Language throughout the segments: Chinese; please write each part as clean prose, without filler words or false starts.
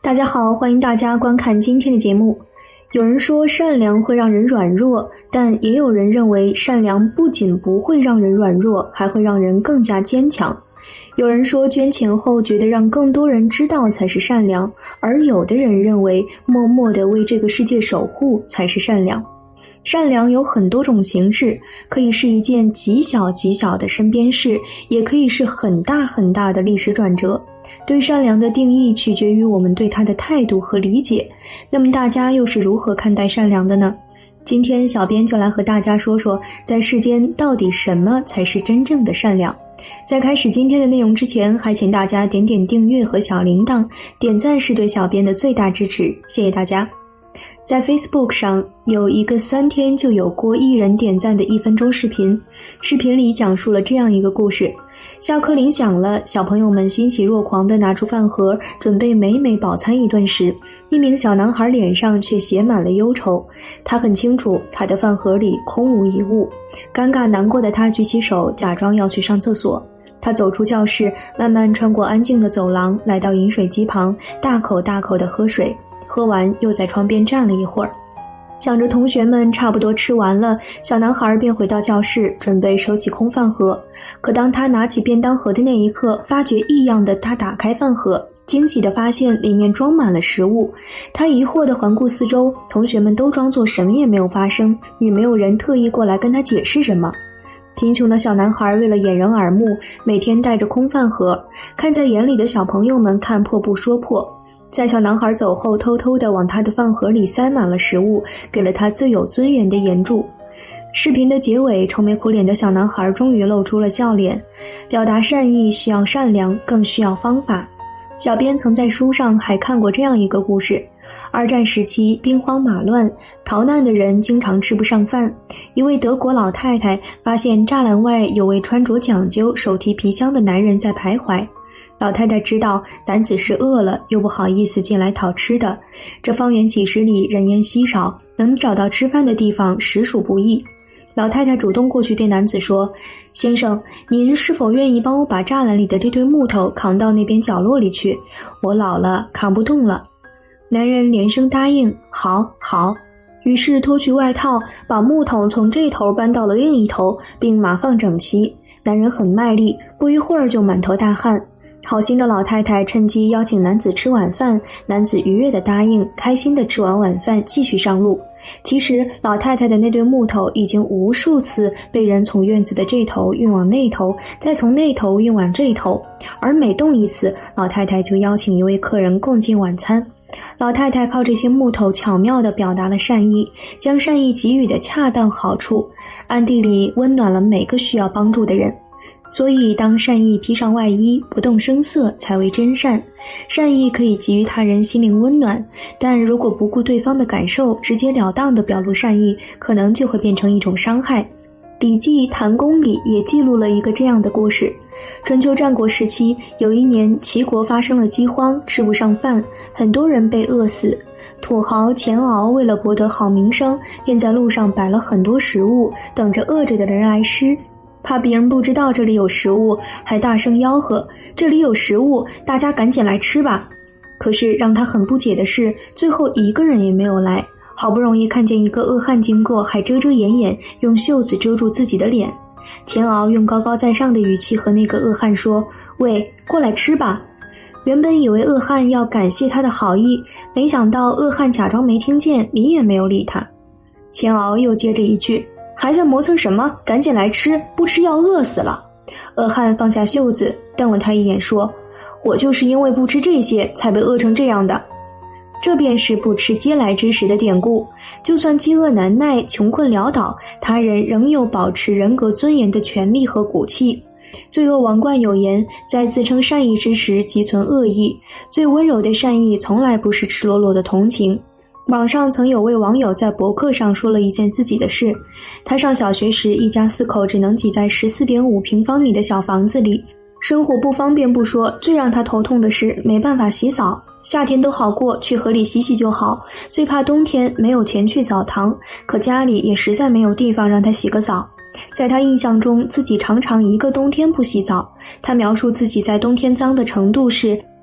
大家好，欢迎大家观看今天的节目。有人说善良会让人软弱，但也有人认为善良不仅不会让人软弱，还会让人更加坚强。有人说捐钱后觉得让更多人知道才是善良，而有的人认为默默地为这个世界守护才是善良。善良有很多种形式，可以是一件极小极小的身边事，也可以是很大很大的历史转折。对善良的定义取决于我们对它的态度和理解。那么大家又是如何看待善良的呢？今天小编就来和大家说说，在世间到底什么才是真正的善良。在开始今天的内容之前，还请大家点点订阅和小铃铛，点赞是对小编的最大支持，谢谢大家。在 Facebook 上有一个3天就有过1人点赞的1分钟视频，视频里讲述了这样一个故事。下课铃响了，小朋友们欣喜若狂地拿出饭盒，准备美美饱餐一顿时，一名小男孩脸上却写满了忧愁。他很清楚他的饭盒里空无一物，尴尬难过的他举起手，假装要去上厕所。他走出教室，慢慢穿过安静的走廊，来到饮水机旁，大口大口地喝水，喝完又在窗边站了一会儿。想着同学们差不多吃完了，小男孩便回到教室，准备收起空饭盒。可当他拿起便当盒的那一刻，发觉异样的他打开饭盒，惊喜地发现里面装满了食物。他疑惑地环顾四周，同学们都装作什么也没有发生，也没有人特意过来跟他解释什么。贫穷的小男孩为了掩人耳目，每天带着空饭盒，看在眼里的小朋友们看破不说破。在小男孩走后，偷偷地往他的饭盒里塞满了食物，给了他最有尊严的援助。视频的结尾，愁眉苦脸的小男孩终于露出了笑脸。表达善意需要善良，更需要方法。小编曾在书上还看过这样一个故事。2战时期兵荒马乱，逃难的人经常吃不上饭。一位德国老太太发现栅栏外有位穿着讲究、手提皮箱的男人在徘徊。老太太知道男子是饿了，又不好意思进来讨吃的。这方圆几十里人烟稀少，能找到吃饭的地方实属不易。老太太主动过去对男子说：“先生，您是否愿意帮我把栅栏里的这堆木头扛到那边角落里去？我老了，扛不动了。”男人连声答应：“好，好。”于是脱去外套，把木头从这头搬到了另一头，并码放整齐。男人很卖力，不一会儿就满头大汗。好心的老太太趁机邀请男子吃晚饭，男子愉悦地答应，开心地吃完晚饭继续上路。其实老太太的那堆木头已经无数次被人从院子的这头运往那头，再从那头运往这头，而每动一次，老太太就邀请一位客人共进晚餐。老太太靠这些木头巧妙地表达了善意，将善意给予的恰当好处，暗地里温暖了每个需要帮助的人。所以当善意披上外衣，不动声色才为真善。善意可以给予他人心灵温暖，但如果不顾对方的感受，直截了当地表露善意，可能就会变成一种伤害。礼记谭公里也记录了一个这样的故事。春秋战国时期，有一年齐国发生了饥荒，吃不上饭，很多人被饿死。土豪钱敖为了博得好名声，便在路上摆了很多食物，等着饿着的人来吃。怕别人不知道这里有食物，还大声吆喝：“这里有食物，大家赶紧来吃吧！”可是让他很不解的是，最后一个人也没有来。好不容易看见一个恶汉经过，还遮遮掩掩，用袖子遮住自己的脸。钱敖用高高在上的语气和那个恶汉说：“喂，过来吃吧！”原本以为恶汉要感谢他的好意，没想到恶汉假装没听见，理也没有理他。钱敖又接着一句：“还在磨蹭什么？赶紧来吃，不吃要饿死了。”恶汉放下袖子，瞪了他一眼说：“我就是因为不吃这些，才被饿成这样的。”这便是不吃嗟来之食的典故。就算饥饿难耐，穷困潦倒，他人仍有保持人格尊严的权利和骨气。罪恶王冠有言，在自称善意之时即存恶意，最温柔的善意从来不是赤裸裸的同情。网上曾有位网友在博客上说了一件自己的事。他上小学时，一家4口只能挤在14.5平方米的小房子里，生活不方便不说，最让他头痛的是没办法洗澡。夏天都好过，去河里洗洗就好，最怕冬天没有钱去澡堂，可家里也实在没有地方让他洗个澡。在他印象中，自己常常一个冬天不洗澡。他描述自己在冬天脏的程度是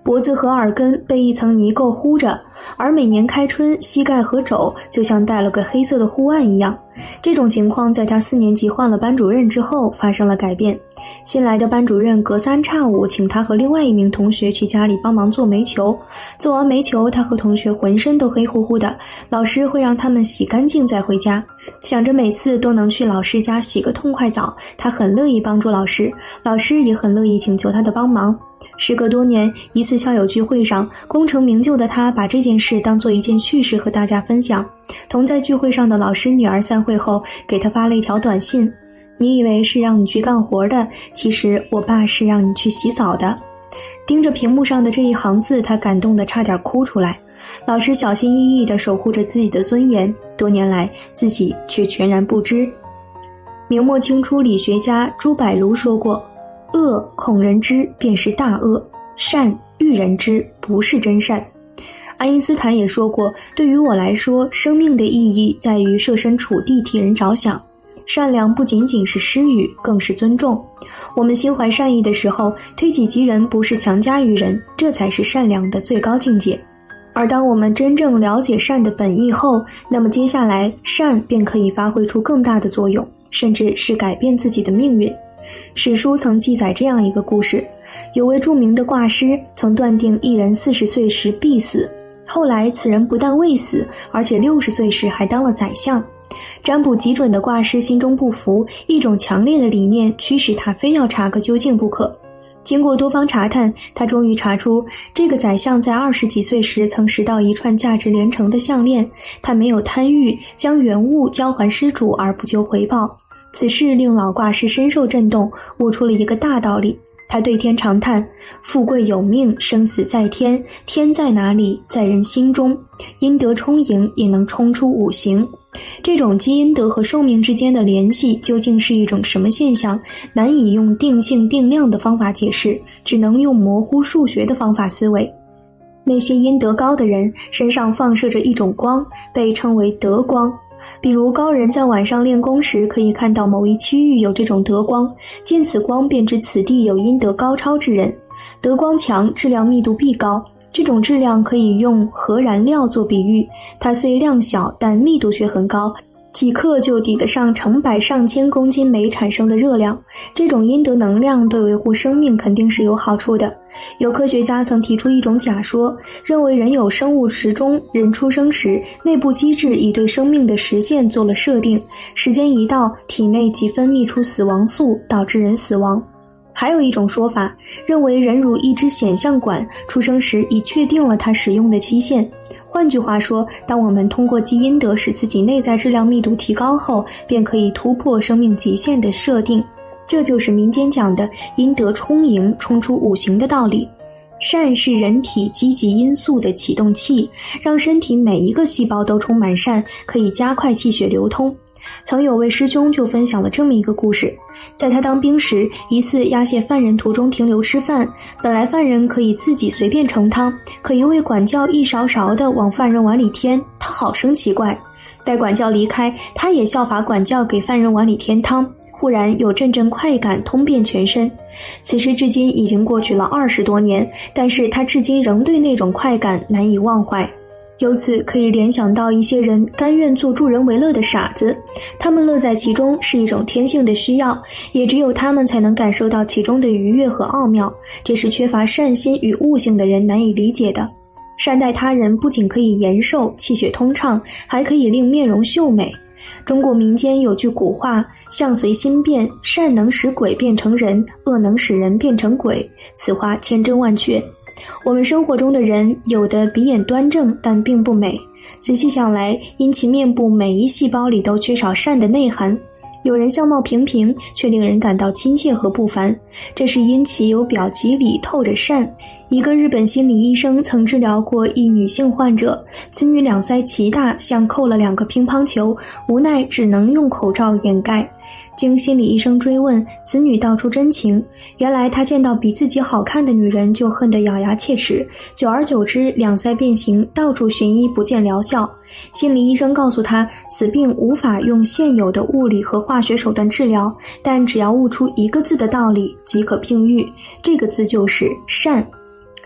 脖子和耳根被一层泥垢糊着，而每年开春，膝盖和肘就像戴了个黑色的护腕一样。这种情况在他4年级换了班主任之后发生了改变。新来的班主任隔3差5请他和另外一名同学去家里帮忙做煤球，做完煤球，他和同学浑身都黑乎乎的，老师会让他们洗干净再回家。想着每次都能去老师家洗个痛快澡，他很乐意帮助老师，老师也很乐意请求他的帮忙。时隔多年，一次校友聚会上，功成名就的他把这件事当作一件趣事和大家分享。同在聚会上的老师女儿散会后给他发了一条短信：你以为是让你去干活的，其实我爸是让你去洗澡的。盯着屏幕上的这一行字，他感动得差点哭出来。老师小心翼翼地守护着自己的尊严，多年来自己却全然不知。明末清初理学家朱柏庐说过，恶恐人知便是大恶，善欲人知不是真善。爱因斯坦也说过，对于我来说，生命的意义在于设身处地替人着想。善良不仅仅是施予，更是尊重。我们心怀善意的时候，推己及人，不是强加于人，这才是善良的最高境界。而当我们真正了解善的本意后，那么接下来善便可以发挥出更大的作用，甚至是改变自己的命运。史书曾记载这样一个故事，有位著名的卦师曾断定一人40岁时必死，后来此人不但未死，而且60岁时还当了宰相。占卜极准的卦师心中不服，一种强烈的理念驱使他非要查个究竟不可。经过多方查探，他终于查出这个宰相在20几岁时曾拾到一串价值连城的项链，他没有贪欲，将原物交还失主而不求回报。此事令老卦师深受震动，悟出了一个大道理。他对天长叹：富贵有命，生死在天，天在哪里？在人心中。阴德充盈，也能冲出五行。这种积阴德和寿命之间的联系究竟是一种什么现象，难以用定性定量的方法解释，只能用模糊数学的方法思维。那些阴德高的人身上放射着一种光，被称为德光。比如高人在晚上练功时，可以看到某一区域有这种德光，见此光便知此地有阴德高超之人。德光强，质量密度必高。这种质量可以用核燃料做比喻，它虽量小，但密度却很高，几克就抵得上成百上千公斤煤产生的热量。这种阴德能量对维护生命肯定是有好处的。有科学家曾提出一种假说，认为人有生物时钟，人出生时内部机制已对生命的时限做了设定，时间一到，体内即分泌出死亡素，导致人死亡。还有一种说法，认为人如一支显像管，出生时已确定了它使用的期限。换句话说，当我们通过积阴德使自己内在质量密度提高后，便可以突破生命极限的设定。这就是民间讲的阴德充盈，冲出五行的道理。善是人体积极因素的启动器，让身体每一个细胞都充满善，可以加快气血流通。曾有位师兄就分享了这么一个故事，在他当兵时，一次押解犯人途中停留吃饭，本来犯人可以自己随便盛汤，可一位管教一勺勺地往犯人碗里添，他好生奇怪。待管教离开，他也效法管教给犯人碗里添汤，忽然有阵阵快感通遍全身。此事至今已经过去了20多年，但是他至今仍对那种快感难以忘怀。由此可以联想到一些人甘愿做助人为乐的傻子，他们乐在其中是一种天性的需要，也只有他们才能感受到其中的愉悦和奥妙，这是缺乏善心与悟性的人难以理解的。善待他人不仅可以延寿、气血通畅，还可以令面容秀美。中国民间有句古话，相随心变，善能使鬼变成人，恶能使人变成鬼，此话千真万确。我们生活中的人，有的鼻眼端正，但并不美。仔细想来，因其面部每一细胞里都缺少善的内涵。有人相貌平平，却令人感到亲切和不凡，这是因其有表及里透着善。一个日本心理医生曾治疗过一女性患者，子女两腮奇大，像扣了2个乒乓球，无奈只能用口罩掩盖。经心理医生追问，子女道出真情，原来他见到比自己好看的女人就恨得咬牙切齿，久而久之两腮变形，到处寻医不见疗效。心理医生告诉他，此病无法用现有的物理和化学手段治疗，但只要悟出一个字的道理即可病愈，这个字就是善。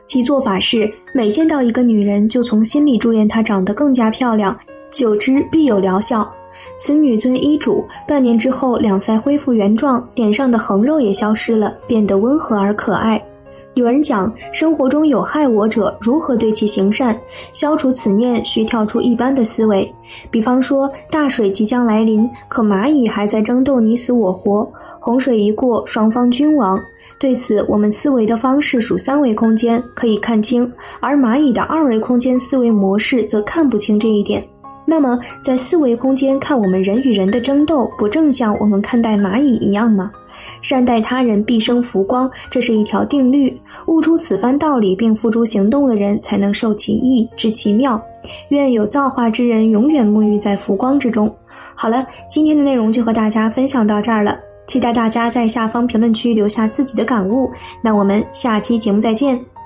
其做法是每见到一个女人就从心里祝愿她长得更加漂亮，久之必有疗效。此女遵医嘱，半年之后两腮恢复原状，脸上的横肉也消失了，变得温和而可爱。有人讲，生活中有害我者，如何对其行善？消除此念，需跳出一般的思维。比方说，大水即将来临，可蚂蚁还在争斗你死我活，洪水一过，双方均亡。对此，我们思维的方式属三维空间，可以看清，而蚂蚁的二维空间思维模式则看不清这一点。那么，在四维空间看我们人与人的争斗，不正像我们看待蚂蚁一样吗？善待他人必生福光，这是一条定律。悟出此番道理并付诸行动的人，才能受其益，知其妙。愿有造化之人永远沐浴在福光之中。好了，今天的内容就和大家分享到这儿了，期待大家在下方评论区留下自己的感悟。那我们下期节目再见。